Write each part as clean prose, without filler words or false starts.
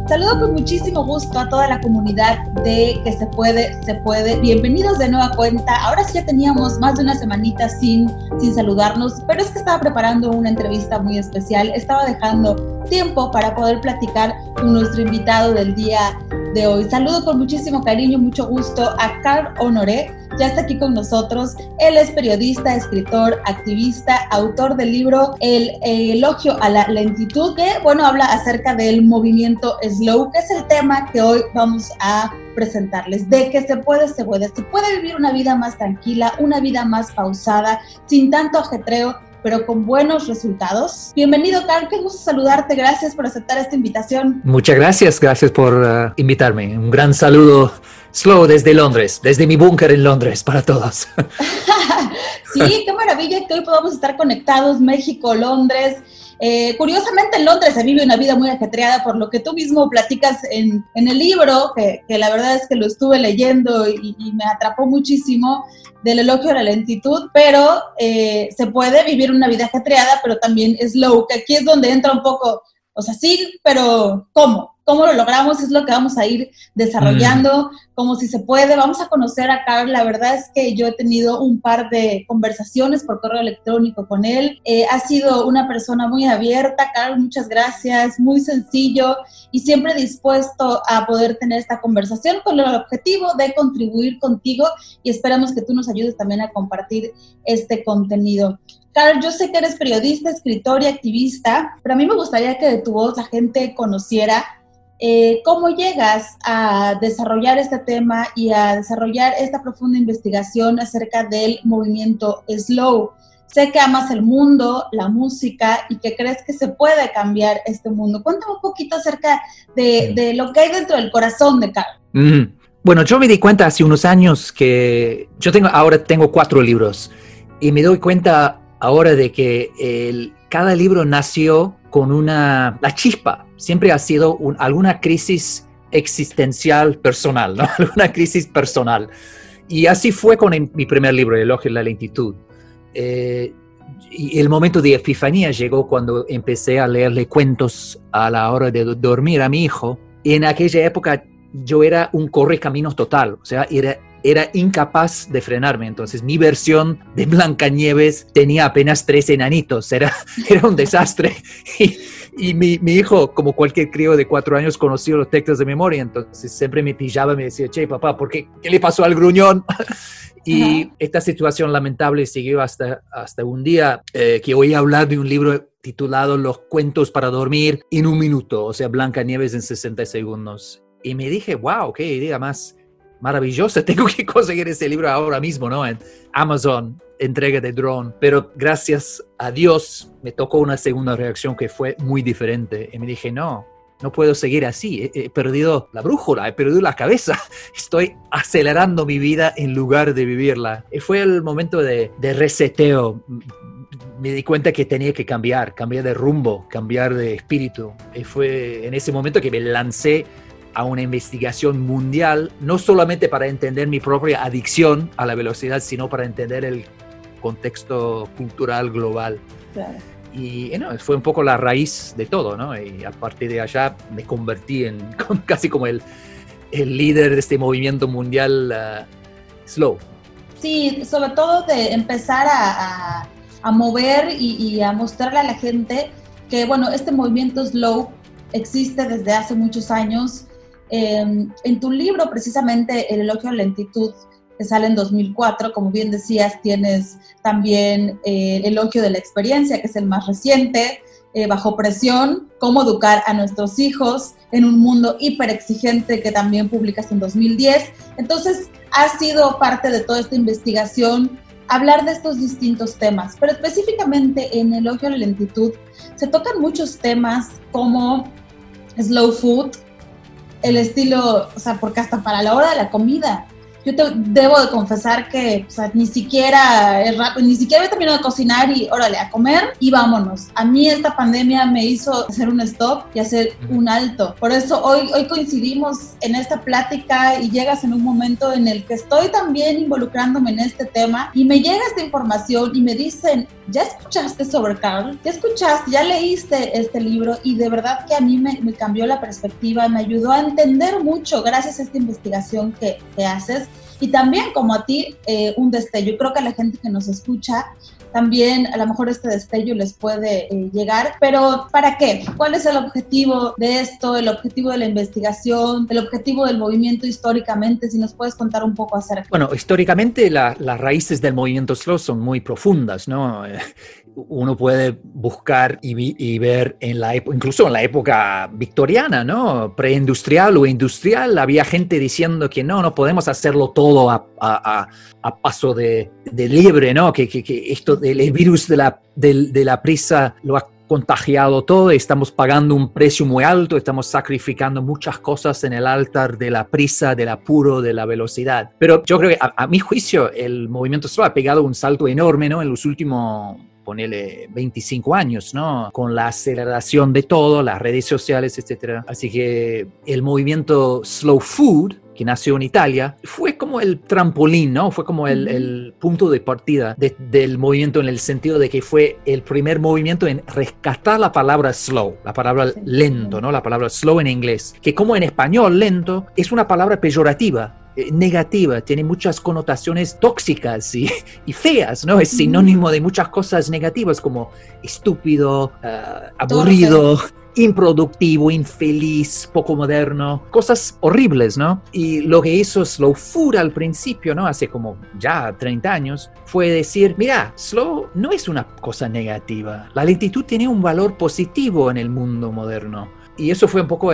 Saludo con muchísimo gusto a toda la comunidad de Que Se Puede, Se Puede. Bienvenidos de nueva cuenta. Ahora sí ya teníamos más de una semanita sin saludarnos, pero es que estaba preparando una entrevista muy especial. Estaba dejando tiempo para poder platicar con nuestro invitado del día de hoy. Saludo con muchísimo cariño, mucho gusto a Carl Honoré. Ya está aquí con nosotros. Él es periodista, escritor, activista, autor del libro El elogio a la lentitud, que, bueno, habla acerca del movimiento slow, que es el tema que hoy vamos a presentarles. De que se puede vivir una vida más tranquila, una vida más pausada, sin tanto ajetreo, pero con buenos resultados. Bienvenido, Carl, qué gusto saludarte, gracias por aceptar esta invitación. Muchas gracias por invitarme. Un gran saludo slow desde Londres, desde mi búnker en Londres para todos. Sí, qué maravilla que hoy podamos estar conectados, México, Londres. Curiosamente en Londres se vive una vida muy ajetreada, por lo que tú mismo platicas en el libro, que la verdad es que lo estuve leyendo y me atrapó muchísimo, del elogio a la lentitud, pero se puede vivir una vida ajetreada, pero también slow, que aquí es donde entra un poco, o sea, sí, pero ¿cómo? ¿Cómo lo logramos? Es lo que vamos a ir desarrollando, como si se puede. Vamos a conocer a Carl. La verdad es que yo he tenido un par de conversaciones por correo electrónico con él. Ha sido una persona muy abierta, Carl, muchas gracias, muy sencillo y siempre dispuesto a poder tener esta conversación con el objetivo de contribuir contigo, y esperamos que tú nos ayudes también a compartir este contenido. Carl, yo sé que eres periodista, escritor y activista, pero a mí me gustaría que de tu voz la gente conociera ¿cómo llegas a desarrollar este tema y a desarrollar esta profunda investigación acerca del movimiento slow? Sé que amas el mundo, la música, y que crees que se puede cambiar este mundo. Cuéntame un poquito acerca de lo que hay dentro del corazón de Carl. Bueno, yo me di cuenta hace unos años que ahora tengo 4 libros y me doy cuenta ahora de que cada libro nació con la chispa. Siempre ha sido alguna crisis existencial personal, ¿no? Alguna crisis personal. Y así fue con mi primer libro, El elogio a la lentitud. Y el momento de epifanía llegó cuando empecé a leerle cuentos a la hora de dormir a mi hijo. Y en aquella época yo era un correcaminos total, o sea, era incapaz de frenarme. Entonces mi versión de Blancanieves tenía apenas 3 enanitos, era un desastre. Y mi hijo, como cualquier crío de 4 años, conocía los textos de memoria, entonces siempre me pillaba y me decía, che, papá, ¿qué le pasó al gruñón? Y esta situación lamentable siguió hasta un día que oí hablar de un libro titulado Los cuentos para dormir en un minuto, o sea, Blancanieves en 60 segundos. Y me dije, wow, qué idea más maravillosa, tengo que conseguir ese libro ahora mismo, ¿no? En Amazon, entrega de drone. Pero gracias a Dios me tocó una segunda reacción que fue muy diferente. Y me dije, no puedo seguir así. He perdido la brújula, he perdido la cabeza. Estoy acelerando mi vida en lugar de vivirla. Y fue el momento de reseteo. Me di cuenta que tenía que cambiar de rumbo, cambiar de espíritu. Y fue en ese momento que me lancé a una investigación mundial, no solamente para entender mi propia adicción a la velocidad, sino para entender el contexto cultural global. Claro. Y fue un poco la raíz de todo, ¿no? Y a partir de allá me convertí casi como el líder de este movimiento mundial slow. Sí, sobre todo de empezar a mover y a mostrarle a la gente que, bueno, este movimiento slow existe desde hace muchos años. En tu libro, precisamente, El elogio a la lentitud, que sale en 2004, como bien decías, tienes también El elogio de la experiencia, que es el más reciente, Bajo presión, cómo educar a nuestros hijos en un mundo hiperexigente, que también publicas en 2010. Entonces, ha sido parte de toda esta investigación hablar de estos distintos temas, pero específicamente en El elogio a la lentitud se tocan muchos temas como slow food, el estilo, o sea, porque hasta para la hora de la comida, yo te debo de confesar que, o sea, ni siquiera es rápido, ni siquiera he terminado de cocinar y órale, a comer y vámonos. A mí esta pandemia me hizo hacer un stop y hacer un alto. Por eso hoy coincidimos en esta plática y llegas en un momento en el que estoy también involucrándome en este tema y me llega esta información y me dicen, ya escuchaste sobre Carl, ya leíste este libro y de verdad que a mí me cambió la perspectiva, me ayudó a entender mucho gracias a esta investigación que haces y también como a ti un destello. Yo creo que a la gente que nos escucha también a lo mejor este destello les puede llegar, pero ¿para qué? ¿Cuál es el objetivo de esto, el objetivo de la investigación, el objetivo del movimiento históricamente? Si nos puedes contar un poco acerca. Bueno, históricamente las raíces del movimiento slow son muy profundas, ¿no? Uno puede buscar y ver incluso en la época victoriana, ¿no? Preindustrial o industrial, había gente diciendo que no podemos hacerlo todo a paso de liebre, ¿no? Que esto del virus de la prisa lo ha contagiado todo, estamos pagando un precio muy alto, estamos sacrificando muchas cosas en el altar de la prisa, del apuro, de la velocidad. Pero yo creo que a mi juicio el movimiento slow ha pegado un salto enorme, ¿no? En los últimos, ponele 25 años, ¿no? Con la aceleración de todo, las redes sociales, etc. Así que el movimiento Slow Food, que nació en Italia, fue como el trampolín, ¿no? Fue como el punto de partida del movimiento, en el sentido de que fue el primer movimiento en rescatar la palabra slow, la palabra lento, ¿no? La palabra slow en inglés, que como en español lento es una palabra peyorativa, negativa, tiene muchas connotaciones tóxicas y feas, ¿no? Es sinónimo de muchas cosas negativas como estúpido, aburrido, improductivo, infeliz, poco moderno, cosas horribles, ¿no? Y lo que hizo Slow Food al principio, ¿no? Hace como ya 30 años, fue decir, mira, slow no es una cosa negativa, la lentitud tiene un valor positivo en el mundo moderno. Y eso fue un poco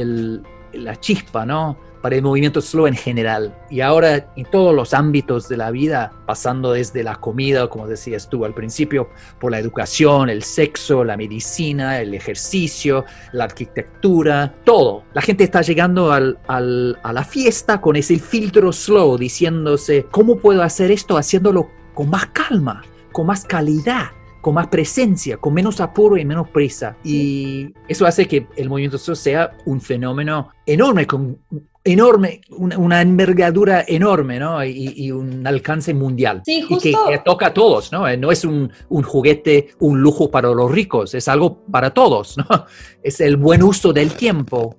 la chispa, ¿no? Para el movimiento slow en general. Y ahora en todos los ámbitos de la vida, pasando desde la comida, como decías tú al principio, por la educación, el sexo, la medicina, el ejercicio, la arquitectura, todo. La gente está llegando a la fiesta con ese filtro slow, diciéndose, ¿cómo puedo hacer esto haciéndolo con más calma, con más calidad, con más presencia, con menos apuro y menos prisa? Y eso hace que el movimiento slow sea un fenómeno enorme, una envergadura enorme, ¿no? Y un alcance mundial. Sí, justo. Y que toca a todos, ¿no? No es un juguete, un lujo para los ricos, es algo para todos, ¿no? Es el buen uso del tiempo.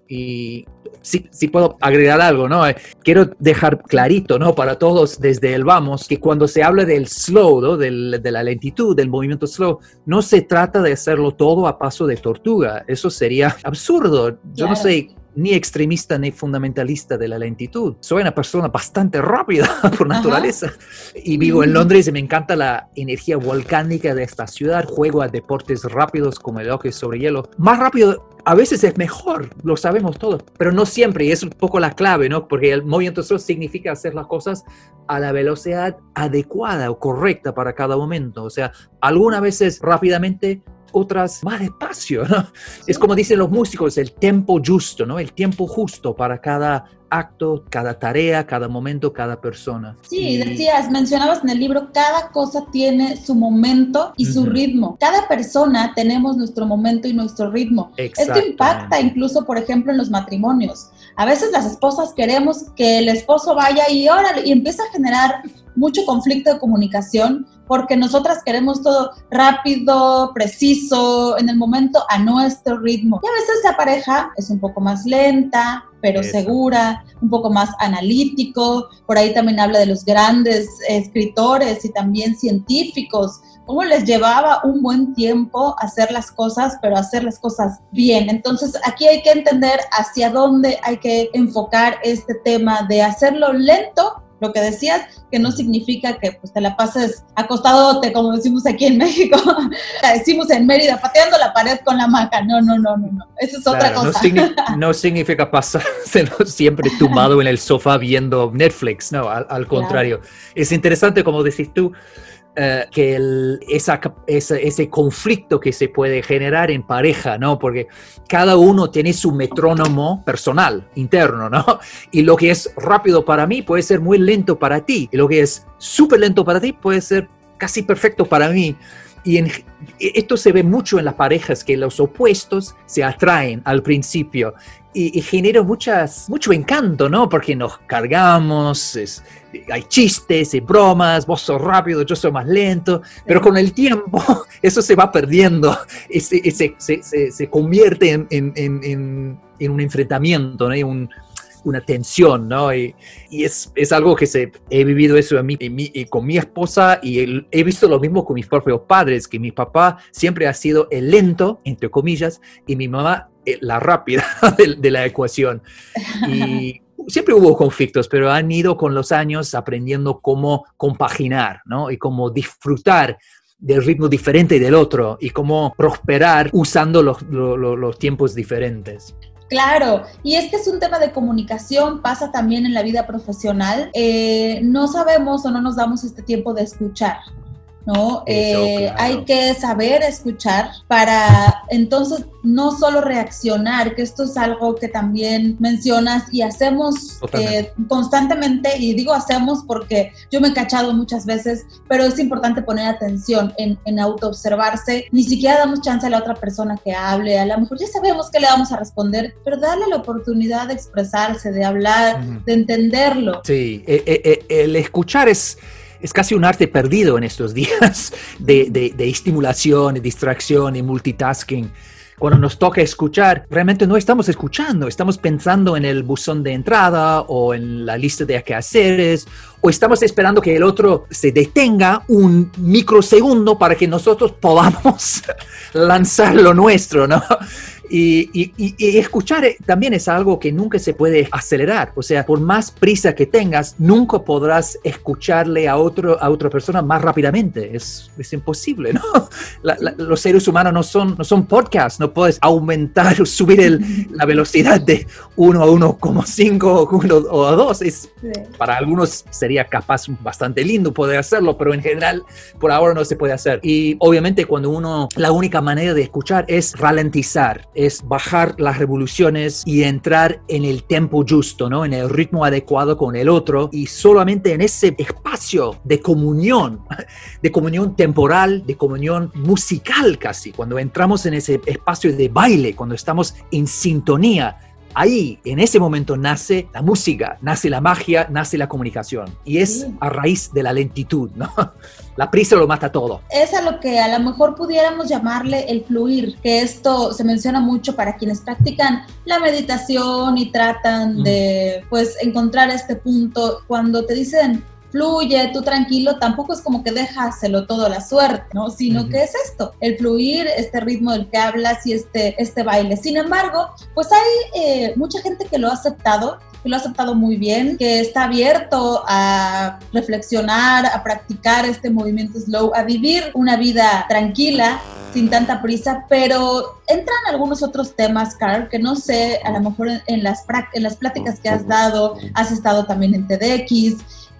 Y sí puedo agregar algo, ¿no? Quiero dejar clarito, ¿no? Para todos desde el vamos, que cuando se habla del slow, ¿no? De la lentitud, del movimiento slow, no se trata de hacerlo todo a paso de tortuga. Eso sería absurdo. Yo no soy ni extremista ni fundamentalista de la lentitud. Soy una persona bastante rápida por naturaleza. Y vivo en Londres y me encanta la energía volcánica de esta ciudad. Juego a deportes rápidos como el hockey sobre hielo. Más rápido a veces es mejor, lo sabemos todos, pero no siempre, y es un poco la clave, ¿no? Porque el movimiento slow significa hacer las cosas a la velocidad adecuada o correcta para cada momento. O sea, algunas veces rápidamente, otras más despacio, ¿no? Sí. Es como dicen los músicos, el tempo justo, ¿no? El tiempo justo para cada acto, cada tarea, cada momento, cada persona. Sí, mencionabas en el libro, cada cosa tiene su momento y su ritmo. Cada persona tenemos nuestro momento y nuestro ritmo. Esto impacta incluso, por ejemplo, en los matrimonios. A veces las esposas queremos que el esposo vaya y empieza a generar mucho conflicto de comunicación porque nosotras queremos todo rápido, preciso, en el momento, a nuestro ritmo. Y a veces la pareja es un poco más lenta, pero segura, un poco más analítico. Por ahí también habla de los grandes escritores y también científicos, cómo les llevaba un buen tiempo hacer las cosas, pero hacer las cosas bien. Entonces, aquí hay que entender hacia dónde hay que enfocar este tema de hacerlo lento. Lo que decías, que no significa que pues, te la pases acostadote, como decimos aquí en México, la decimos en Mérida, pateando la pared con la hamaca. No. Eso es otra cosa. No significa pasárselo siempre tumbado en el sofá viendo Netflix, no, al contrario. Es interesante, como decís tú, que ese conflicto que se puede generar en pareja, ¿no? Porque cada uno tiene su metrónomo personal, interno, ¿no? Y lo que es rápido para mí puede ser muy lento para ti. Y lo que es súper lento para ti puede ser casi perfecto para mí. Esto se ve mucho en las parejas, que los opuestos se atraen al principio y genera mucho encanto, ¿no? Porque nos cargamos, hay chistes y bromas, vos sos rápido, yo soy más lento, pero con el tiempo eso se va perdiendo, se convierte en un enfrentamiento, ¿no? Una tensión, ¿no? Y es algo que he vivido eso con mi esposa, y he visto lo mismo con mis propios padres, que mi papá siempre ha sido el lento, entre comillas, y mi mamá la rápida de la ecuación. Y siempre hubo conflictos, pero han ido con los años aprendiendo cómo compaginar, ¿no? Y cómo disfrutar del ritmo diferente del otro y cómo prosperar usando los tiempos diferentes. Claro, y es que es un tema de comunicación, pasa también en la vida profesional. No sabemos o no nos damos este tiempo de escuchar, ¿no? Claro. Hay que saber escuchar para entonces no solo reaccionar, que esto es algo que también mencionas y hacemos constantemente, y digo hacemos porque yo me he cachado muchas veces, pero es importante poner atención en autoobservarse. Ni siquiera damos chance a la otra persona que hable, a lo mejor ya sabemos qué le vamos a responder, pero darle la oportunidad de expresarse, de hablar, de entenderlo. Sí, el escuchar es casi un arte perdido en estos días de estimulación, de distracción y multitasking. Cuando nos toca escuchar, realmente no estamos escuchando, estamos pensando en el buzón de entrada o en la lista de quehaceres, o estamos esperando que el otro se detenga un microsegundo para que nosotros podamos lanzar lo nuestro, ¿no? Y escuchar también es algo que nunca se puede acelerar. O sea, por más prisa que tengas, nunca podrás escucharle a otra persona más rápidamente. Es imposible, ¿no? Los seres humanos no son podcasts. No puedes aumentar o subir la velocidad de 1 a 1,5 o a 2. Para algunos sería capaz bastante lindo poder hacerlo, pero en general por ahora no se puede hacer. Y obviamente la única manera de escuchar es ralentizar, es bajar las revoluciones y entrar en el tempo justo, ¿no? En el ritmo adecuado con el otro, y solamente en ese espacio de comunión temporal, de comunión musical casi, cuando entramos en ese espacio de baile, cuando estamos en sintonía, ahí, en ese momento, nace la música, nace la magia, nace la comunicación. Y es a raíz de la lentitud, ¿no? La prisa lo mata todo. Es a lo que a lo mejor pudiéramos llamarle el fluir, que esto se menciona mucho para quienes practican la meditación y tratan de, pues, encontrar este punto. Cuando te dicen fluye, tú tranquilo, tampoco es como que déjaselo todo a la suerte, ¿no? Sino que es esto, el fluir, este ritmo del que hablas y este baile. Sin embargo, pues hay mucha gente que lo ha aceptado muy bien, que está abierto a reflexionar, a practicar este movimiento slow, a vivir una vida tranquila, sin tanta prisa, pero entran algunos otros temas, Carl, que no sé, a lo mejor en las pláticas que has dado, has estado también en TEDx,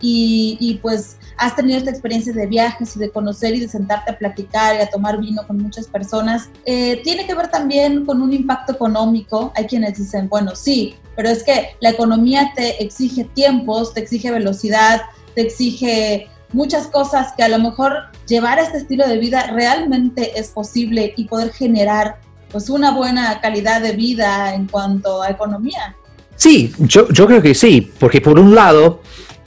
y pues has tenido esta experiencia de viajes y de conocer y de sentarte a platicar y a tomar vino con muchas personas. Tiene que ver también con un impacto económico. Hay quienes dicen, bueno, sí, pero es que la economía te exige tiempos, te exige velocidad, te exige muchas cosas que a lo mejor llevar este estilo de vida realmente es posible y poder generar pues una buena calidad de vida en cuanto a economía. Sí, yo creo que sí, porque por un lado,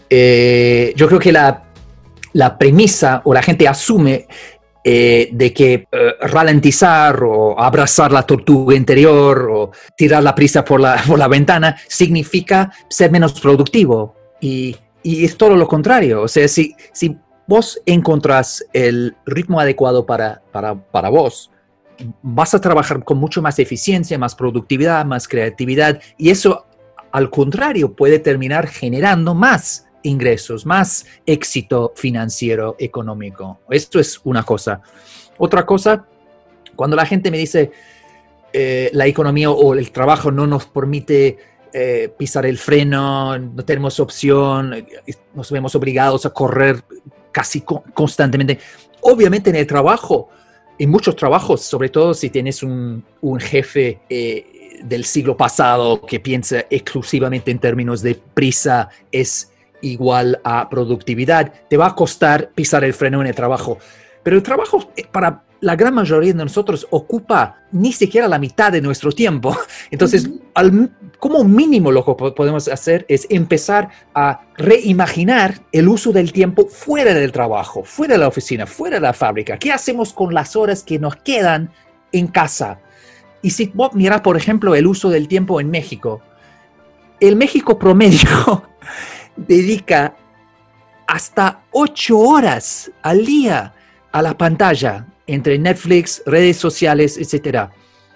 yo creo que la premisa o la gente asume de que ralentizar o abrazar la tortuga interior o tirar la prisa por la ventana significa ser menos productivo, y es todo lo contrario. O sea, si vos encontrás el ritmo adecuado para vos, vas a trabajar con mucho más eficiencia, más productividad, más creatividad, y eso al contrario puede terminar generando más ingresos, más éxito financiero, económico. Esto es una cosa. Otra cosa, cuando la gente me dice la economía o el trabajo no nos permite pisar el freno, no tenemos opción, nos vemos obligados a correr casi constantemente. Obviamente en muchos trabajos, sobre todo si tienes un jefe del siglo pasado que piensa exclusivamente en términos de prisa es igual a productividad, te va a costar pisar el freno en el trabajo. Pero el trabajo para la gran mayoría de nosotros ocupa ni siquiera la mitad de nuestro tiempo. Entonces, como mínimo lo que podemos hacer es empezar a reimaginar el uso del tiempo fuera del trabajo, fuera de la oficina, fuera de la fábrica. ¿Qué hacemos con las horas que nos quedan en casa? Y si vos mirás, por ejemplo, el uso del tiempo en México, el México promedio dedica hasta 8 horas al día a la pantalla, entre Netflix, redes sociales, etc.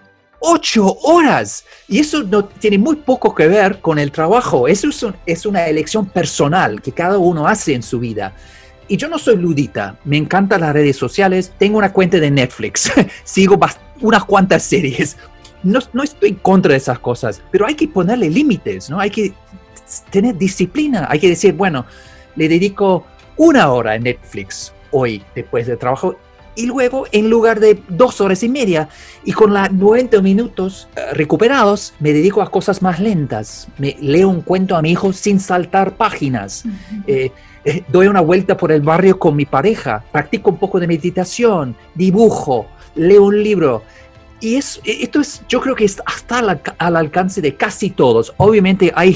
8 horas. Y eso no tiene muy poco que ver con el trabajo. Eso es una elección personal que cada uno hace en su vida. Y yo no soy ludita. Me encantan las redes sociales. Tengo una cuenta de Netflix. Sigo unas cuantas series. No estoy en contra de esas cosas, pero hay que ponerle límites, ¿no? Hay que tener disciplina. Hay que decir, bueno, le dedico 1 hora a Netflix hoy después del trabajo, y luego en lugar de 2 horas y media, y con los 90 minutos recuperados, me dedico a cosas más lentas. Me leo un cuento a mi hijo sin saltar páginas. Doy una vuelta por el barrio con mi pareja, practico un poco de meditación, dibujo, leo un libro. Y yo creo que está al alcance de casi todos. Obviamente hay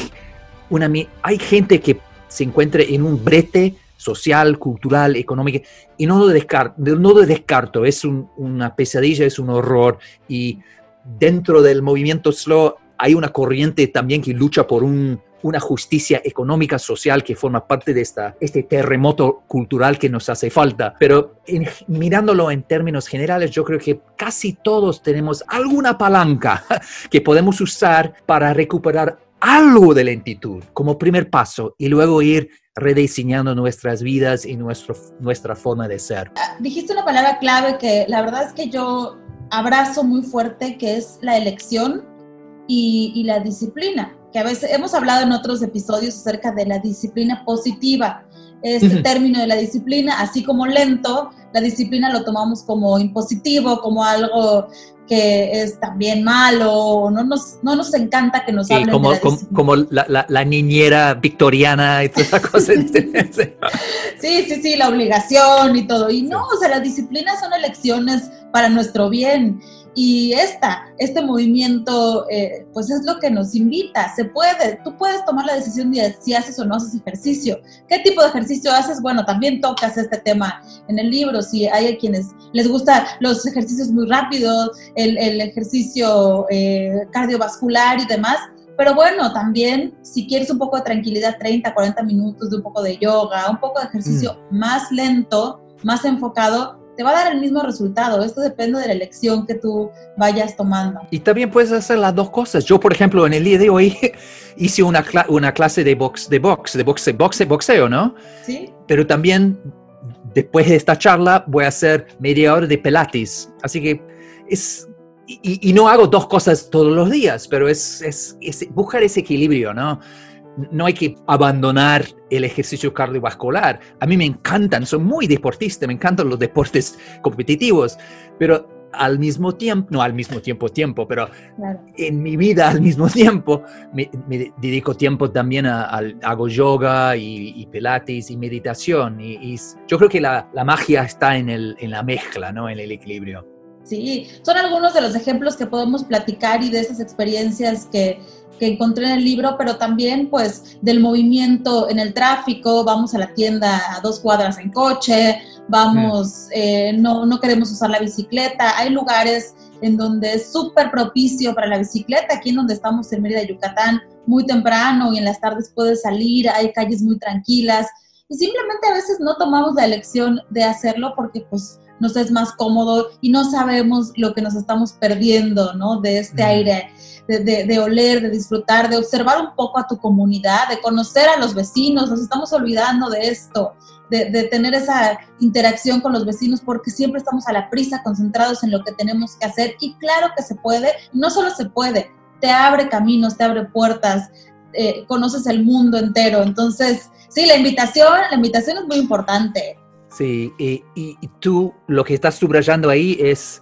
gente que se encuentra en un brete social, cultural, económica, y no lo descarto, es una pesadilla, es un horror, y dentro del movimiento slow hay una corriente también que lucha por una justicia económica, social, que forma parte de este terremoto cultural que nos hace falta. Pero mirándolo en términos generales, yo creo que casi todos tenemos alguna palanca que podemos usar para recuperar algo de lentitud como primer paso, y luego ir rediseñando nuestras vidas y nuestra forma de ser. Dijiste una palabra clave que la verdad es que yo abrazo muy fuerte, que es la elección y la disciplina, que a veces hemos hablado en otros episodios acerca de la disciplina positiva. Este término de la disciplina, así como lento, la disciplina lo tomamos como impositivo, como algo que es también malo, no nos encanta que nos hablen de la disciplina. Como la niñera victoriana y todas esas cosas. Sí, la obligación y todo. Y no, o sea, las disciplinas son elecciones para nuestro bien. Y este movimiento, pues es lo que nos invita. Tú puedes tomar la decisión de si haces o no haces ejercicio. ¿Qué tipo de ejercicio haces? Bueno, también tocas este tema en el libro. Si hay a quienes les gustan los ejercicios muy rápidos, el ejercicio cardiovascular y demás. Pero bueno, también si quieres un poco de tranquilidad, 30, 40 minutos de un poco de yoga, un poco de ejercicio más lento, más enfocado, te va a dar el mismo resultado. Esto depende de la elección que tú vayas tomando. Y también puedes hacer las dos cosas. Yo, por ejemplo, en el día de hoy hice una clase de boxeo, ¿no? Sí. Pero también, después de esta charla, voy a hacer media hora de pilates. Así que y no hago 2 cosas todos los días, pero es buscar ese equilibrio, ¿no? No hay que abandonar el ejercicio cardiovascular. A mí me encantan, soy muy deportista, me encantan los deportes competitivos, pero pero claro, en mi vida al mismo tiempo me dedico tiempo también hago yoga y pilates y meditación. Y yo creo que la magia está en la mezcla, ¿no? En el equilibrio. Sí, son algunos de los ejemplos que podemos platicar y de esas experiencias que encontré en el libro, pero también pues del movimiento en el tráfico. Vamos a la tienda a 2 cuadras en coche, no queremos usar la bicicleta. Hay lugares en donde es súper propicio para la bicicleta, aquí en donde estamos en Mérida, Yucatán, muy temprano, y en las tardes puedes salir, hay calles muy tranquilas, y simplemente a veces no tomamos la elección de hacerlo porque pues nos es más cómodo y no sabemos lo que nos estamos perdiendo, ¿no? De este aire, de oler, de disfrutar, de observar un poco a tu comunidad, de conocer a los vecinos. Nos estamos olvidando de esto, de tener esa interacción con los vecinos, porque siempre estamos a la prisa, concentrados en lo que tenemos que hacer. Y claro que se puede, no solo se puede, te abre caminos, te abre puertas, conoces el mundo entero. Entonces, sí, la invitación es muy importante. Sí, y tú lo que estás subrayando ahí es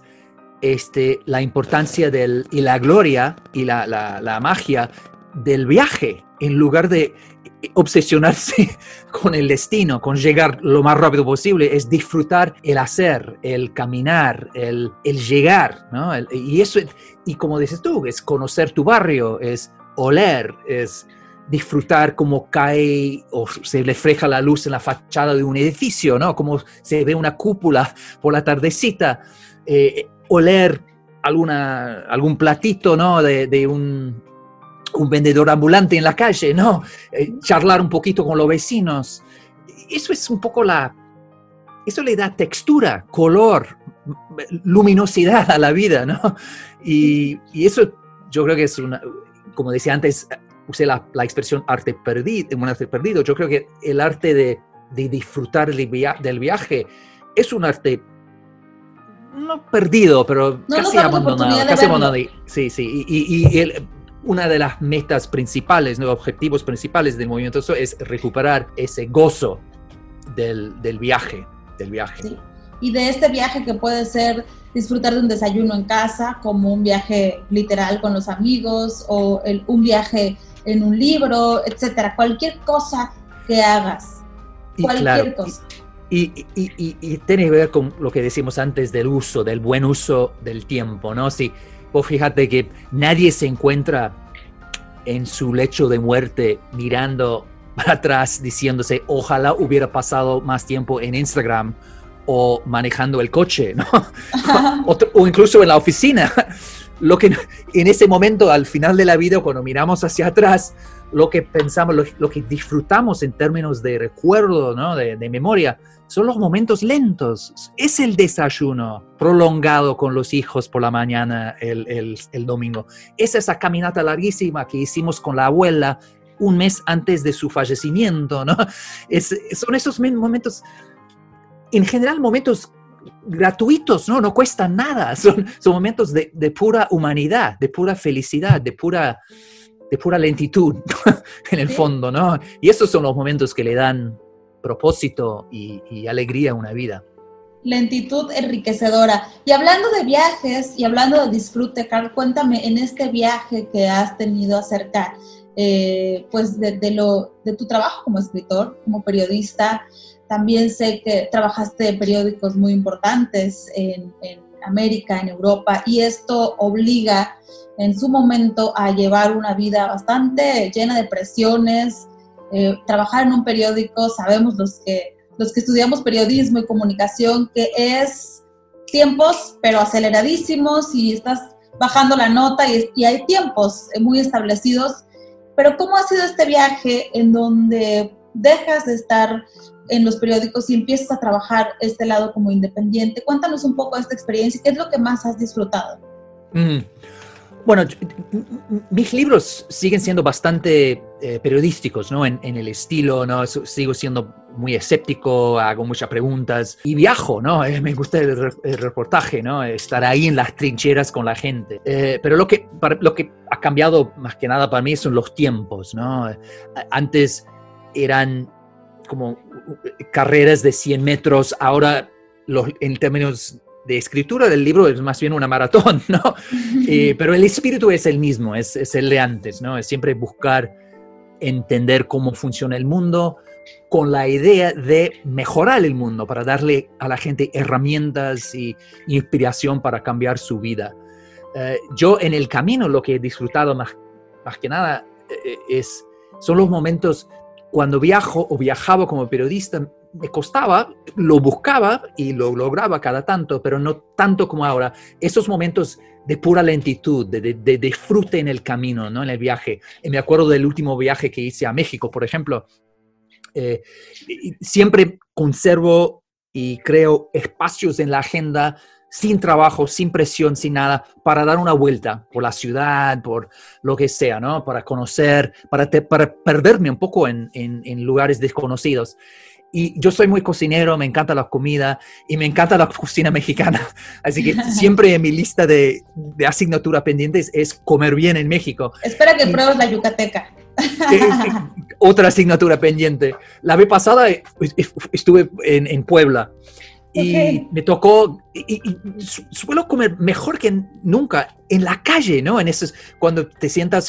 la importancia y la gloria y la magia del viaje, en lugar de obsesionarse con el destino, con llegar lo más rápido posible, es disfrutar el hacer, el caminar, el llegar, ¿no? Y eso, y como dices tú, es conocer tu barrio, es oler, es disfrutar cómo cae o se refleja la luz en la fachada de un edificio, ¿no? Cómo se ve una cúpula por la tardecita, oler algún platito, ¿no? de un vendedor ambulante en la calle, ¿no? Charlar un poquito con los vecinos. Eso es un poco eso le da textura, color, luminosidad a la vida, ¿no? Y eso yo creo que es como decía antes, usé la expresión arte perdido, un arte perdido. Yo creo que el arte de disfrutar del viaje es un arte no perdido, pero no casi abandonado. Casi abandonado. Sí, sí. Y una de las metas principales, ¿no? Objetivos principales del movimiento es recuperar ese gozo del viaje. Sí. Y de este viaje que puede ser disfrutar de un desayuno en casa, como un viaje literal con los amigos, o un viaje en un libro, etcétera. Cualquier cosa que hagas. Cualquier cosa. Y tiene que ver con lo que decimos antes del buen uso del tiempo, ¿no? Si vos fíjate que nadie se encuentra en su lecho de muerte mirando para atrás diciéndose ojalá hubiera pasado más tiempo en Instagram o manejando el coche, ¿no? o incluso en la oficina. Lo que en ese momento, al final de la vida, cuando miramos hacia atrás, lo que pensamos, lo que disfrutamos en términos de recuerdo, ¿no? de memoria, son los momentos lentos. Es el desayuno prolongado con los hijos por la mañana el domingo. Es esa caminata larguísima que hicimos con la abuela un mes antes de su fallecimiento, ¿no? Son esos momentos, en general, momentos gratuitos, ¿no? No cuestan nada. Son momentos de pura humanidad, de pura felicidad, de pura lentitud, en el fondo, ¿no? Y esos son los momentos que le dan propósito y alegría a una vida. Lentitud enriquecedora. Y hablando de viajes y hablando de disfrute, Carl, cuéntame, en este viaje que has tenido acerca pues de tu trabajo como escritor, como periodista, también sé que trabajaste en periódicos muy importantes en América, en Europa, y esto obliga en su momento a llevar una vida bastante llena de presiones. Trabajar en un periódico, sabemos los que estudiamos periodismo y comunicación, que es tiempos, pero aceleradísimos, y estás bajando la nota y hay tiempos muy establecidos. Pero ¿cómo ha sido este viaje en donde dejas de estar en los periódicos y empiezas a trabajar este lado como independiente? Cuéntanos un poco de esta experiencia y qué es lo que más has disfrutado. Bueno, mis libros siguen siendo bastante periodísticos, ¿no? En el estilo, ¿no? Sigo siendo muy escéptico, hago muchas preguntas y viajo, ¿no? Me gusta el reportaje, ¿no? Estar ahí en las trincheras con la gente. Pero lo que ha cambiado más que nada para mí son los tiempos, ¿no? Antes eran como carreras de 100 metros, ahora en términos de escritura del libro es más bien una maratón, ¿no? Pero el espíritu es el mismo, es el de antes, ¿no? Es siempre buscar entender cómo funciona el mundo con la idea de mejorar el mundo, para darle a la gente herramientas y inspiración para cambiar su vida. Yo en el camino lo que he disfrutado más que nada son los momentos cuando viajo o viajaba como periodista. Me costaba, lo buscaba y lo lograba cada tanto, pero no tanto como ahora. Esos momentos de pura lentitud, de disfrute en el camino, ¿no? En el viaje. Y me acuerdo del último viaje que hice a México, por ejemplo. Siempre conservo y creo espacios en la agenda sin trabajo, sin presión, sin nada, para dar una vuelta por la ciudad, por lo que sea, ¿no? Para conocer, para perderme un poco en lugares desconocidos. Y yo soy muy cocinero, me encanta la comida y me encanta la cocina mexicana. Así que siempre en mi lista de asignatura pendientes es comer bien en México. Espera que pruebes la yucateca. Otra asignatura pendiente. La vez pasada estuve en Puebla y me tocó, y suelo comer mejor que nunca en la calle, ¿no? Cuando te sientas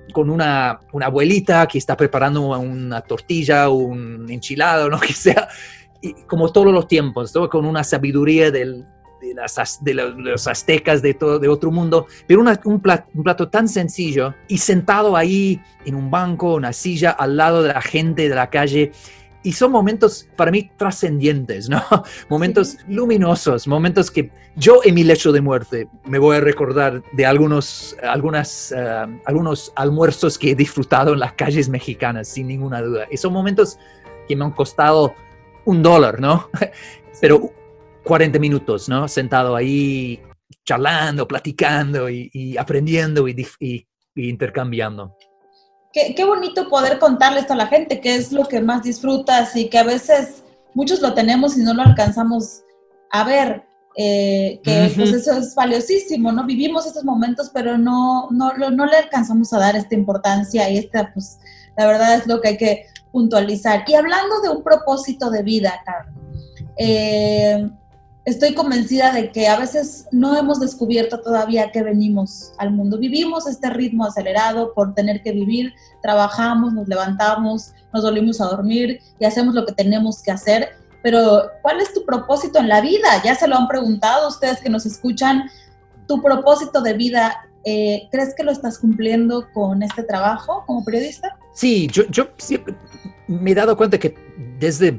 con una abuelita que está preparando una tortilla, un enchilado, lo que sea, y como todos los tiempos, todo con una sabiduría de los aztecas, de otro mundo, pero un plato tan sencillo y sentado ahí en un banco, una silla, al lado de la gente de la calle. Y son momentos para mí trascendentes, ¿no? Momentos luminosos, momentos que yo en mi lecho de muerte me voy a recordar de algunos almuerzos que he disfrutado en las calles mexicanas, sin ninguna duda. Y son momentos que me han costado $1, ¿no? Pero 40 minutos, ¿no? Sentado ahí, charlando, platicando y aprendiendo y intercambiando. Qué bonito poder contarle esto a la gente, qué es lo que más disfrutas y que a veces muchos lo tenemos y no lo alcanzamos a ver, que pues eso es valiosísimo, ¿no? Vivimos estos momentos, pero no le alcanzamos a dar esta importancia y pues la verdad es lo que hay que puntualizar. Y hablando de un propósito de vida, Carlos, estoy convencida de que a veces no hemos descubierto todavía que venimos al mundo. Vivimos este ritmo acelerado por tener que vivir, trabajamos, nos levantamos, nos volvimos a dormir y hacemos lo que tenemos que hacer. Pero, ¿cuál es tu propósito en la vida? Ya se lo han preguntado ustedes que nos escuchan. ¿Tu propósito de vida, crees que lo estás cumpliendo con este trabajo como periodista? Sí, yo siempre me he dado cuenta que desde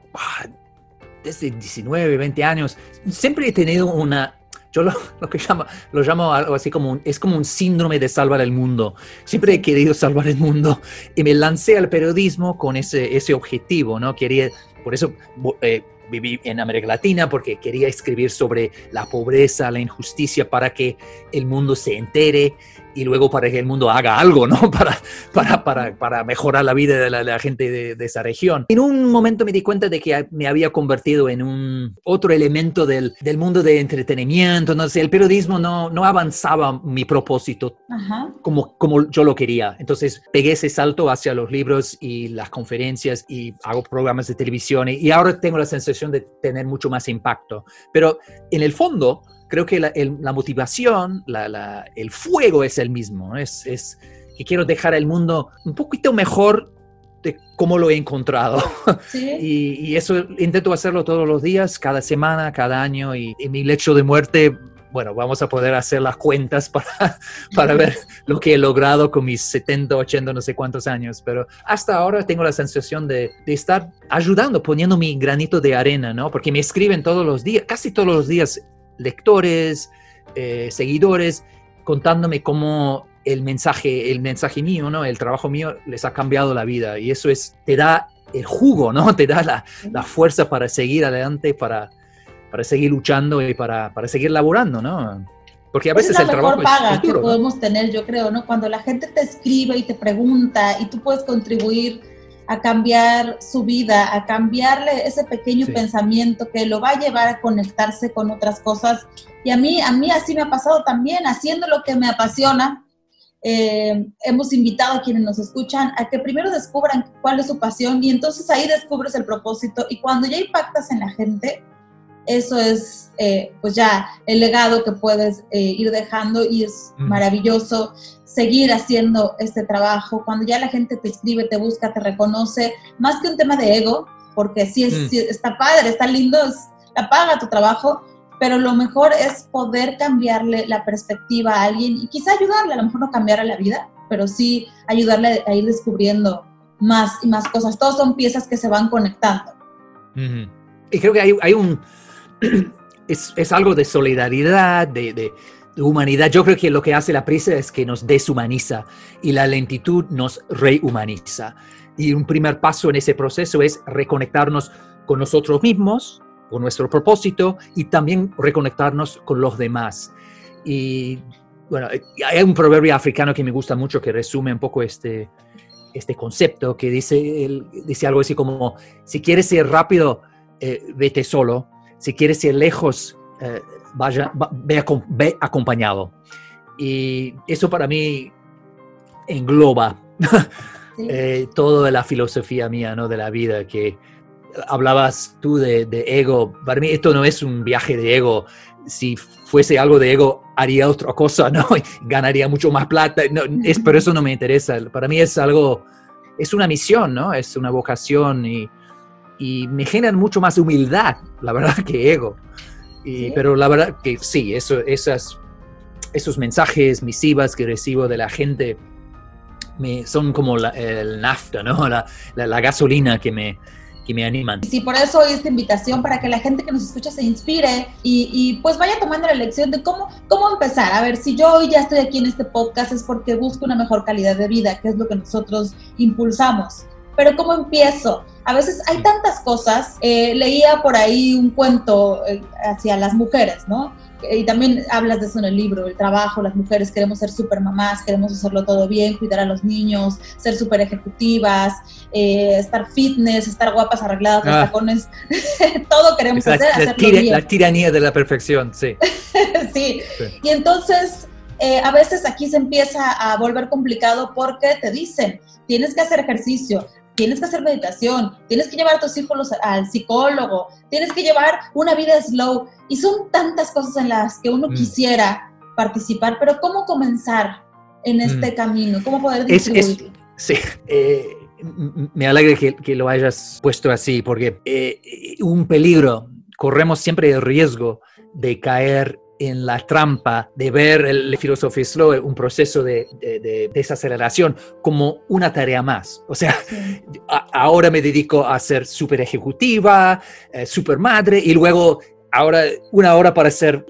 19, 20 años, siempre he tenido yo lo llamo algo así es como un síndrome de salvar el mundo. Siempre he querido salvar el mundo y me lancé al periodismo con ese objetivo, ¿no? Por eso viví en América Latina, porque quería escribir sobre la pobreza, la injusticia, para que el mundo se entere y luego para que el mundo haga algo, ¿no? Para mejorar la vida de la gente de esa región. En un momento me di cuenta de que me había convertido en otro elemento del mundo de entretenimiento. No sé, el periodismo no avanzaba mi propósito como yo lo quería. Entonces pegué ese salto hacia los libros y las conferencias y hago programas de televisión y ahora tengo la sensación de tener mucho más impacto. Pero en el fondo, creo que la motivación, el fuego es el mismo, ¿no? Es que quiero dejar el mundo un poquito mejor de cómo lo he encontrado. ¿Sí? Y eso intento hacerlo todos los días, cada semana, cada año. Y en mi lecho de muerte, bueno, vamos a poder hacer las cuentas para ver lo que he logrado con mis 70, 80, no sé cuántos años. Pero hasta ahora tengo la sensación de estar ayudando, poniendo mi granito de arena, ¿no? Porque me escriben todos los días, casi todos los días, lectores, seguidores, contándome cómo el mensaje mío, ¿no? El trabajo mío les ha cambiado la vida, y eso te da el jugo, ¿no? Te da la fuerza para seguir adelante, para seguir luchando y para seguir laborando, ¿no? Porque a veces el trabajo es duro. Es la mejor paga que podemos tener, yo creo, ¿no? Cuando la gente te escribe y te pregunta y tú puedes contribuir a cambiar su vida, a cambiarle ese pequeño pensamiento que lo va a llevar a conectarse con otras cosas. Y a mí así me ha pasado también, haciendo lo que me apasiona. Hemos invitado a quienes nos escuchan a que primero descubran cuál es su pasión y entonces ahí descubres el propósito, y cuando ya impactas en la gente, eso es pues ya el legado que puedes ir dejando, y es maravilloso seguir haciendo este trabajo. Cuando ya la gente te escribe, te busca, te reconoce, más que un tema de ego, porque sí está padre, está lindo, la paga tu trabajo, pero lo mejor es poder cambiarle la perspectiva a alguien y quizá ayudarle, a lo mejor no cambiarle la vida, pero sí ayudarle a ir descubriendo más y más cosas. Todos son piezas que se van conectando. Y creo que hay es algo de solidaridad, de humanidad. Yo creo que lo que hace la prisa es que nos deshumaniza y la lentitud nos rehumaniza. Y un primer paso en ese proceso es reconectarnos con nosotros mismos, con nuestro propósito, y también reconectarnos con los demás. Y bueno, hay un proverbio africano que me gusta mucho que resume un poco este concepto, que dice algo así como: si quieres ir rápido, vete solo; si quieres ir lejos, ve acompañado. Y eso para mí engloba toda la filosofía mía, ¿no? De la vida. Que hablabas tú de ego. Para mí esto no es un viaje de ego, si fuese algo de ego, haría otra cosa, ¿no? Ganaría mucho más plata. No, pero eso no me interesa. Para mí es algo, es una misión, ¿no? Es una vocación y me generan mucho más humildad, la verdad, que ego. ¿Sí? Pero la verdad que sí, esos mensajes, misivas que recibo de la gente son como el nafta, ¿no? La gasolina que me animan. Sí, por eso hoy esta invitación para que la gente que nos escucha se inspire y pues vaya tomando la lección de cómo empezar. A ver, si yo hoy ya estoy aquí en este podcast es porque busco una mejor calidad de vida, que es lo que nosotros impulsamos. Pero ¿cómo empiezo? A veces hay tantas cosas. Leía por ahí un cuento hacia las mujeres, ¿no? Y también hablas de eso en el libro, el trabajo, las mujeres queremos ser súper mamás, queremos hacerlo todo bien, cuidar a los niños, ser súper ejecutivas, estar fitness, estar guapas, arregladas, con tacones, todo queremos hacerlo bien. La tiranía de la perfección, sí. Sí. Y entonces a veces aquí se empieza a volver complicado porque te dicen, tienes que hacer ejercicio, tienes que hacer meditación, tienes que llevar a tus hijos al psicólogo, tienes que llevar una vida slow. Y son tantas cosas en las que uno quisiera participar, pero ¿cómo comenzar en este camino? ¿Cómo poder distribuirlo? Sí, me alegra que lo hayas puesto así, porque un peligro, corremos siempre el riesgo de caer en la trampa de ver el Philosophy Slow, un proceso de desaceleración, como una tarea más. O sea, ahora me dedico a ser súper ejecutiva, súper madre, y luego ahora una hora para ser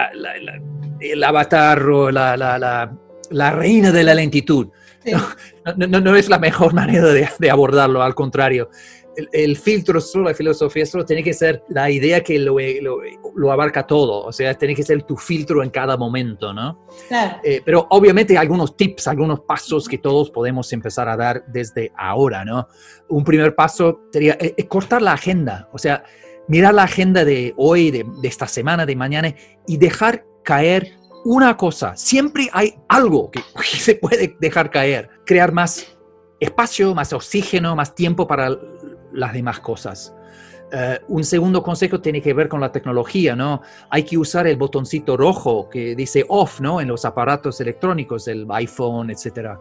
el avatar o la reina de la lentitud. Sí. No es la mejor manera de abordarlo, al contrario. El filtro solo, la filosofía solo tiene que ser la idea que lo abarca todo, o sea, tiene que ser tu filtro en cada momento, ¿no? Claro. Pero obviamente hay algunos tips, algunos pasos que todos podemos empezar a dar desde ahora, ¿no? Un primer paso sería cortar la agenda, o sea, mirar la agenda de hoy, de esta semana, de mañana, y dejar caer una cosa. Siempre hay algo que se puede dejar caer, crear más espacio, más oxígeno, más tiempo para las demás cosas. Un segundo consejo tiene que ver con la tecnología, ¿no? Hay que usar el botoncito rojo que dice off, ¿no? En los aparatos electrónicos, el iPhone, etc.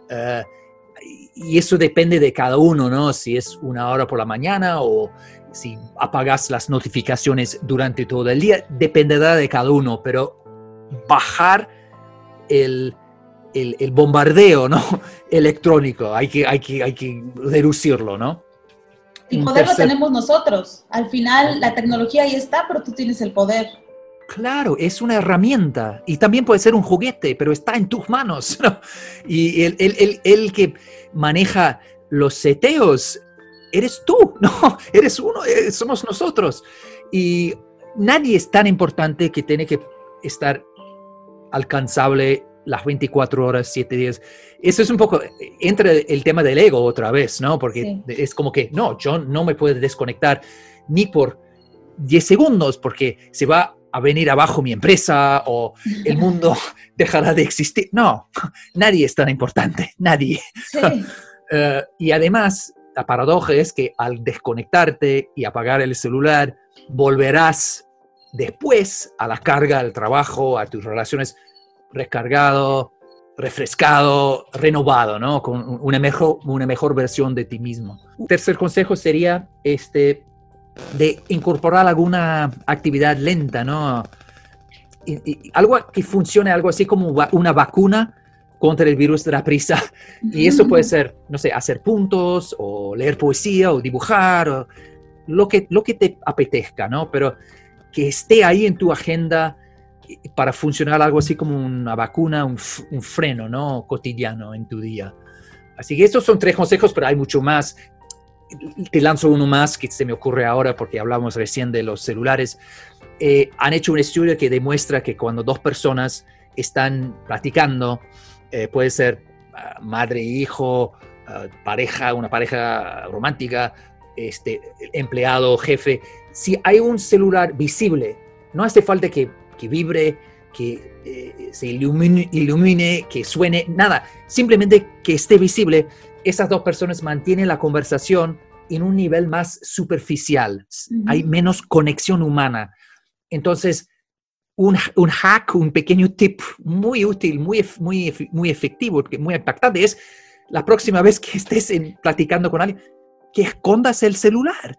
Y eso depende de cada uno, ¿no? Si es una hora por la mañana o si apagas las notificaciones durante todo el día, dependerá de cada uno, pero bajar el bombardeo, ¿no? Electrónico, hay que reducirlo, ¿no? El poder lo tenemos nosotros. Al final, la tecnología ahí está, pero tú tienes el poder. Claro, es una herramienta y también puede ser un juguete, pero está en tus manos, ¿no? Y el que maneja los seteos eres tú, ¿no? Eres uno, somos nosotros. Y nadie es tan importante que tiene que estar alcanzable las 24 horas, 7 días. Eso es un poco, entra el tema del ego otra vez, ¿no? Porque es como que, no, yo no me puedo desconectar ni por 10 segundos porque se va a venir abajo mi empresa o el mundo dejará de existir. No, nadie es tan importante, nadie. Sí. Y además, la paradoja es que al desconectarte y apagar el celular, volverás después a la carga, al trabajo, a tus relaciones, recargado, refrescado, renovado, ¿no? Con una mejor versión de ti mismo. Tercer consejo sería de incorporar alguna actividad lenta, ¿no? Algo que funcione, algo así como una vacuna contra el virus de la prisa. Y eso puede ser, no sé, hacer puntos, o leer poesía, o dibujar, o lo que te apetezca, ¿no? Pero que esté ahí en tu agenda para funcionar algo así como una vacuna, un freno, ¿no? Cotidiano en tu día. Así que estos son 3 consejos, pero hay mucho más. Te lanzo uno más que se me ocurre ahora porque hablamos recién de los celulares. Han hecho un estudio que demuestra que cuando 2 personas están platicando, puede ser madre e hijo, una pareja romántica, empleado, jefe, si hay un celular visible, no hace falta que vibre, que se ilumine, que suene, nada. Simplemente que esté visible, esas 2 personas mantienen la conversación en un nivel más superficial. Hay menos conexión humana. Entonces, un hack, un pequeño tip muy útil, muy efectivo, muy impactante, es la próxima vez que estés platicando con alguien, que escondas el celular.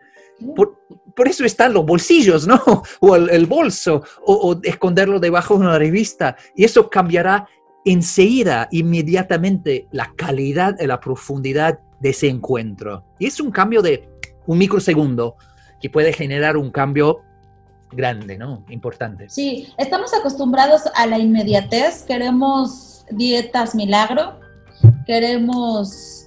Por eso están los bolsillos, ¿no? O el bolso, o esconderlo debajo de una revista. Y eso cambiará enseguida, inmediatamente, la calidad y la profundidad de ese encuentro. Y es un cambio de un microsegundo que puede generar un cambio grande, ¿no? Importante. Sí, estamos acostumbrados a la inmediatez, queremos dietas milagro, queremos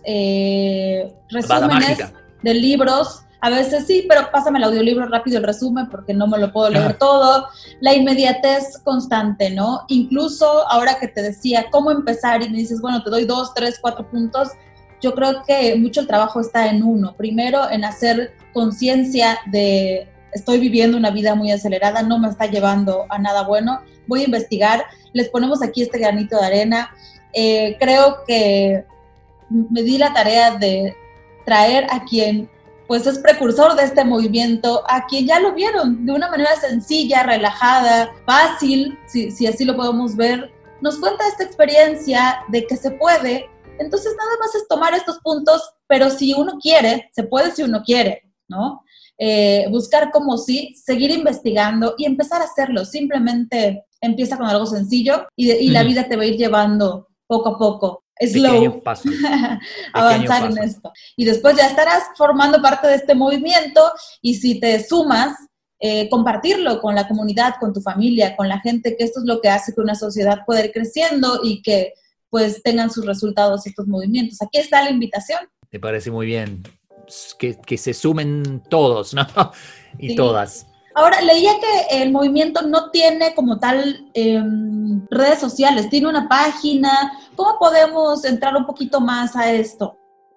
resúmenes de libros, a veces sí, pero pásame el audiolibro rápido, el resumen, porque no me lo puedo leer todo. La inmediatez constante, ¿no? Incluso ahora que te decía cómo empezar y me dices, bueno, te doy 2, 3, 4 puntos, yo creo que mucho el trabajo está en uno. Primero, en hacer conciencia de estoy viviendo una vida muy acelerada, no me está llevando a nada bueno, voy a investigar, les ponemos aquí este granito de arena. Creo que me di la tarea de traer a quien pues es precursor de este movimiento, a quien ya lo vieron de una manera sencilla, relajada, fácil, si así lo podemos ver, nos cuenta esta experiencia de que se puede. Entonces nada más es tomar estos puntos, pero si uno quiere, se puede si uno quiere, ¿no? Buscar cómo sí, seguir investigando y empezar a hacerlo. Simplemente empieza con algo sencillo y la vida te va a ir llevando poco a poco. Slow, paso. avanzar en esto. Y después ya estarás formando parte de este movimiento y si te sumas, compartirlo con la comunidad, con tu familia, con la gente, que esto es lo que hace que una sociedad pueda ir creciendo y que pues tengan sus resultados estos movimientos. Aquí está la invitación. Me parece muy bien. Que se sumen todos, ¿no? Y sí. Todas. Ahora, leía que el movimiento no tiene como tal redes sociales, tiene una página. ¿Cómo podemos entrar un poquito más a esto?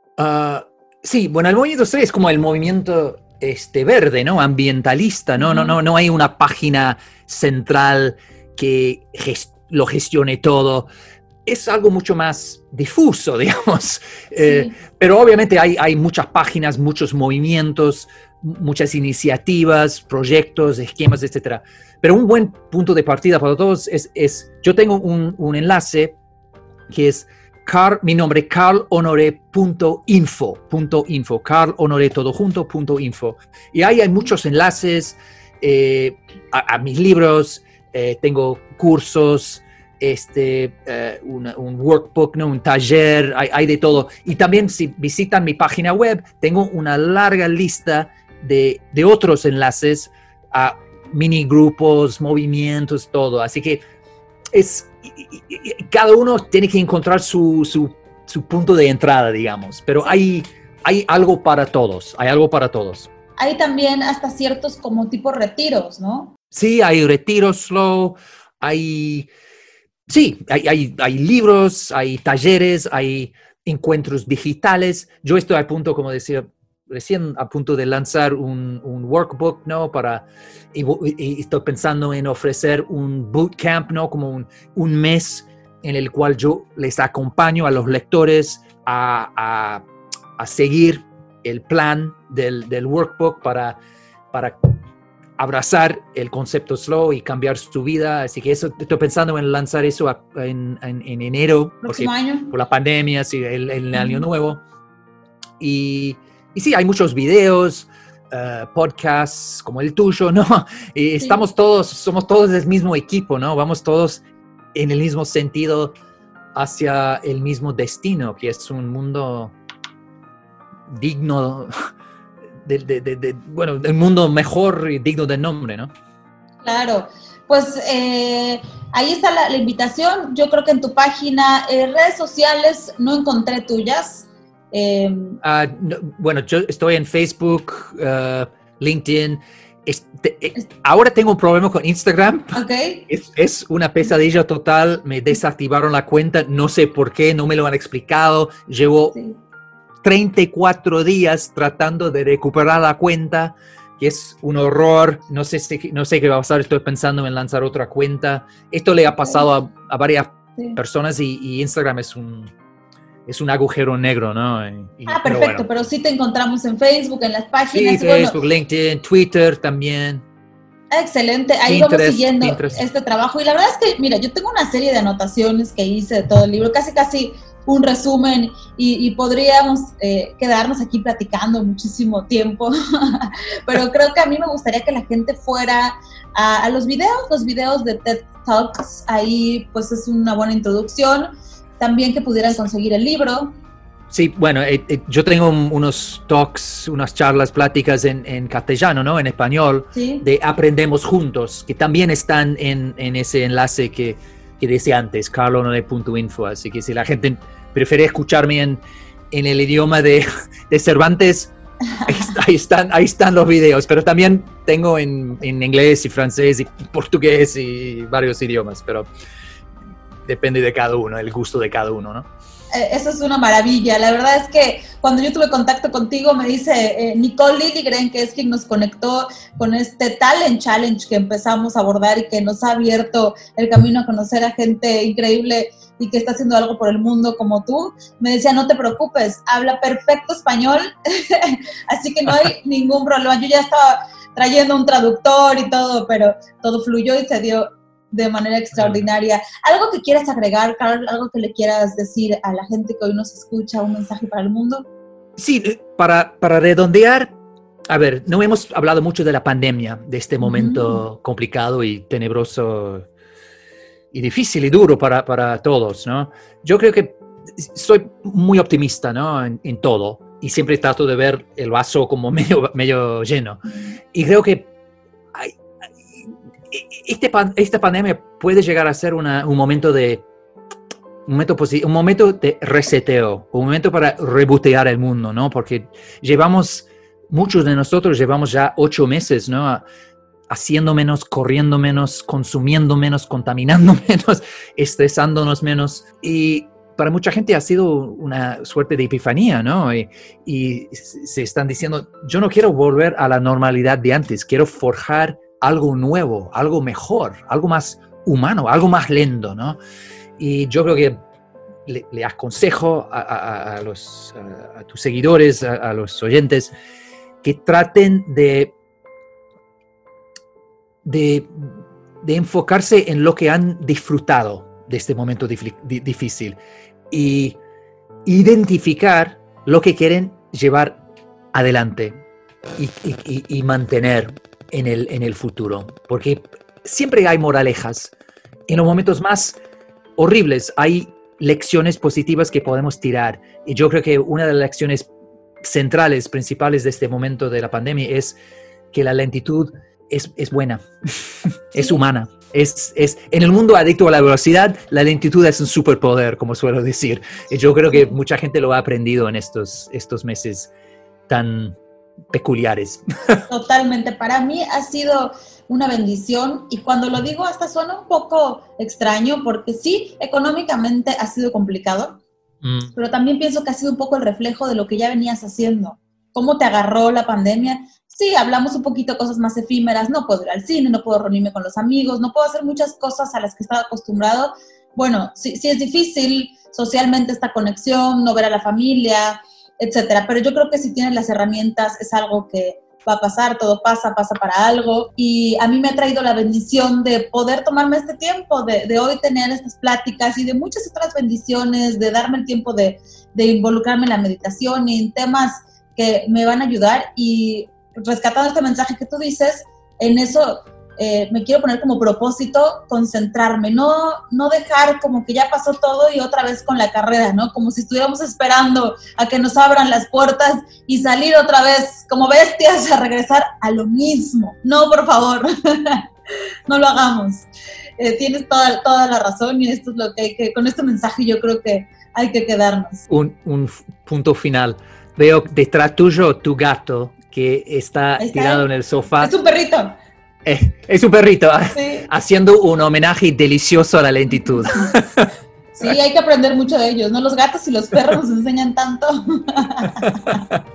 Sí, bueno, el movimiento 3 es como el movimiento verde, ¿no? Ambientalista, ¿no? No hay una página central que lo gestione todo. Es algo mucho más difuso, digamos. Sí. Pero obviamente hay muchas páginas, muchos movimientos, muchas iniciativas, proyectos, esquemas, etc. Pero un buen punto de partida para todos es yo tengo un enlace que es mi nombre, carlhonoré.info, carlhonoré.info. Y ahí hay muchos enlaces a mis libros, tengo cursos, un workbook, ¿no? Un taller, hay de todo. Y también si visitan mi página web, tengo una larga lista de otros enlaces a mini grupos, movimientos, todo. Así que cada uno tiene que encontrar su punto de entrada, digamos. Pero hay algo para todos, Hay también hasta ciertos como tipo retiros, ¿no? Sí, hay retiros slow, hay libros, hay talleres, hay encuentros digitales. Yo estoy a punto, como decía, recién a punto de lanzar un workbook, ¿no? Y estoy pensando en ofrecer un bootcamp, ¿no? Como un mes en el cual yo les acompaño a los lectores a seguir el plan del workbook para abrazar el concepto slow y cambiar su vida. Así que eso estoy pensando en lanzar eso en enero. ¿Próximo año? Por la pandemia, sí, el año nuevo. Y sí, hay muchos videos, podcasts como el tuyo, ¿no? Y sí. Somos todos del mismo equipo, ¿no? Vamos todos en el mismo sentido hacia el mismo destino, que es un mundo digno del mundo mejor y digno del nombre, ¿no? Claro, pues ahí está la invitación. Yo creo que en tu página, redes sociales, no encontré tuyas. Bueno, yo estoy en Facebook, LinkedIn. Ahora tengo un problema con Instagram. Okay. Es una pesadilla total. Me desactivaron la cuenta. No sé por qué, no me lo han explicado. Llevo 34 días tratando de recuperar la cuenta, que es un horror. No sé qué va a pasar. Estoy pensando en lanzar otra cuenta. Esto le ha pasado a varias personas y Instagram es un agujero negro, ¿no? Perfecto, pero sí te encontramos en Facebook, en las páginas. Sí, Facebook, LinkedIn, Twitter también. Excelente, ahí Pinterest, vamos siguiendo Pinterest. este trabajo. Y la verdad es que, mira, yo tengo una serie de anotaciones que hice de todo el libro, casi un resumen, y podríamos quedarnos aquí platicando muchísimo tiempo, pero creo que a mí me gustaría que la gente fuera a los videos de TED Talks. Ahí pues es una buena introducción. También que pudieran conseguir el libro. Sí, bueno, yo tengo unos talks, unas charlas, pláticas en castellano, ¿no? En español, ¿Sí? de Aprendemos Juntos, que también están en ese enlace que decía antes, carlonone.info. Así que si la gente prefiere escucharme en el idioma de Cervantes, ahí están los videos. Pero también tengo en inglés y francés y portugués y varios idiomas, pero depende de cada uno, el gusto de cada uno, ¿no? Eso es una maravilla. La verdad es que cuando yo tuve contacto contigo, me dice Nicole Lilligren, que es quien nos conectó con este Talent Challenge que empezamos a abordar y que nos ha abierto el camino a conocer a gente increíble y que está haciendo algo por el mundo como tú. Me decía, no te preocupes, habla perfecto español, así que no hay ningún problema. Yo ya estaba trayendo un traductor y todo, pero todo fluyó y se dio de manera extraordinaria. ¿Algo que quieras agregar, Carl? ¿Algo que le quieras decir a la gente que hoy nos escucha? ¿Un mensaje para el mundo? Sí, para redondear, a ver, no hemos hablado mucho de la pandemia, de este momento complicado y tenebroso y difícil y duro para todos, ¿no? Yo creo que soy muy optimista, ¿no? En todo, y siempre trato de ver el vaso como medio lleno. Y creo que esta pandemia puede llegar a ser un momento de un momento de reseteo, un momento para rebotear el mundo, ¿no? Porque muchos de nosotros llevamos ya 8 meses, ¿no? Haciendo menos, corriendo menos, consumiendo menos, contaminando menos, estresándonos menos. Y para mucha gente ha sido una suerte de epifanía, ¿no? Y se están diciendo, yo no quiero volver a la normalidad de antes, quiero forjar algo nuevo, algo mejor, algo más humano, algo más lento, ¿no? Y yo creo que le aconsejo a tus seguidores, a los oyentes, que traten de enfocarse en lo que han disfrutado de este momento difícil y identificar lo que quieren llevar adelante y mantener en el futuro, porque siempre hay moralejas. En los momentos más horribles hay lecciones positivas que podemos tirar, y yo creo que una de las lecciones centrales, principales de este momento de la pandemia es que la lentitud es buena, es humana. En el mundo adicto a la velocidad, la lentitud es un superpoder, como suelo decir. Y yo creo que mucha gente lo ha aprendido en estos meses tan peculiares. Totalmente. Para mí ha sido una bendición, y cuando lo digo hasta suena un poco extraño, porque sí, económicamente ha sido complicado, pero también pienso que ha sido un poco el reflejo de lo que ya venías haciendo. ¿Cómo te agarró la pandemia? Sí, hablamos un poquito de cosas más efímeras, no puedo ir al cine, no puedo reunirme con los amigos, no puedo hacer muchas cosas a las que estaba acostumbrado. Bueno, sí es difícil socialmente esta conexión, no ver a la familia, etcétera, pero yo creo que si tienes las herramientas es algo que va a pasar, todo pasa para algo, y a mí me ha traído la bendición de poder tomarme este tiempo, de hoy tener estas pláticas y de muchas otras bendiciones, de darme el tiempo de involucrarme en la meditación y en temas que me van a ayudar. Y rescatando este mensaje que tú dices, en eso me quiero poner como propósito concentrarme, no dejar como que ya pasó todo y otra vez con la carrera, ¿no? Como si estuviéramos esperando a que nos abran las puertas y salir otra vez como bestias a regresar a lo mismo. No, por favor, no lo hagamos. Tienes toda la razón, y esto es lo que hay que, con este mensaje yo creo que hay que quedarnos. Un punto final. Veo detrás tuyo tu gato que está tirado en el sofá. Es un perrito. Es un perrito, sí, haciendo un homenaje delicioso a la lentitud. Sí, hay que aprender mucho de ellos, ¿no? Los gatos y los perros nos enseñan tanto.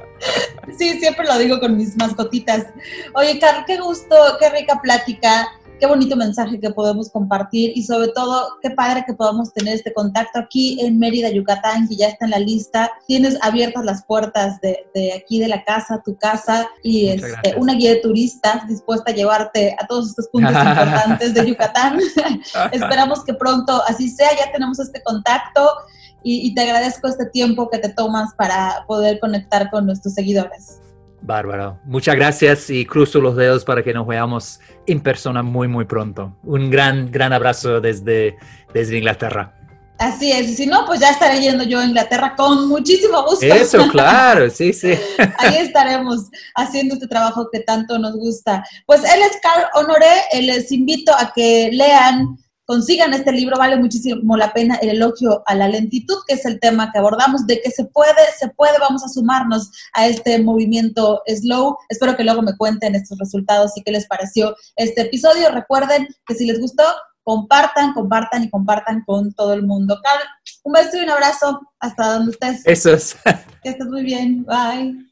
Sí, siempre lo digo con mis mascotitas. Oye, Carl, qué gusto, qué rica plática. qué bonito mensaje que podemos compartir y sobre todo, qué padre que podamos tener este contacto aquí en Mérida, Yucatán, que ya está en la lista. Tienes abiertas las puertas de aquí de la casa, tu casa, y una guía de turistas dispuesta a llevarte a todos estos puntos importantes de Yucatán. Esperamos que pronto así sea, ya tenemos este contacto y te agradezco este tiempo que te tomas para poder conectar con nuestros seguidores. Bárbaro. Muchas gracias y cruzo los dedos para que nos veamos en persona muy, muy pronto. Un gran abrazo desde Inglaterra. Así es, y si no, pues ya estaré yendo yo a Inglaterra con muchísimo gusto. Eso, claro, sí. Ahí estaremos haciendo este trabajo que tanto nos gusta. Pues él es Carl Honoré, les invito a que lean, consigan este libro, vale muchísimo la pena, El elogio a la lentitud, que es el tema que abordamos, de que se puede, vamos a sumarnos a este movimiento slow. Espero que luego me cuenten estos resultados y qué les pareció este episodio. Recuerden que si les gustó, compartan con todo el mundo. Carl, un beso y un abrazo hasta donde estés. Eso es. Que estés muy bien. Bye.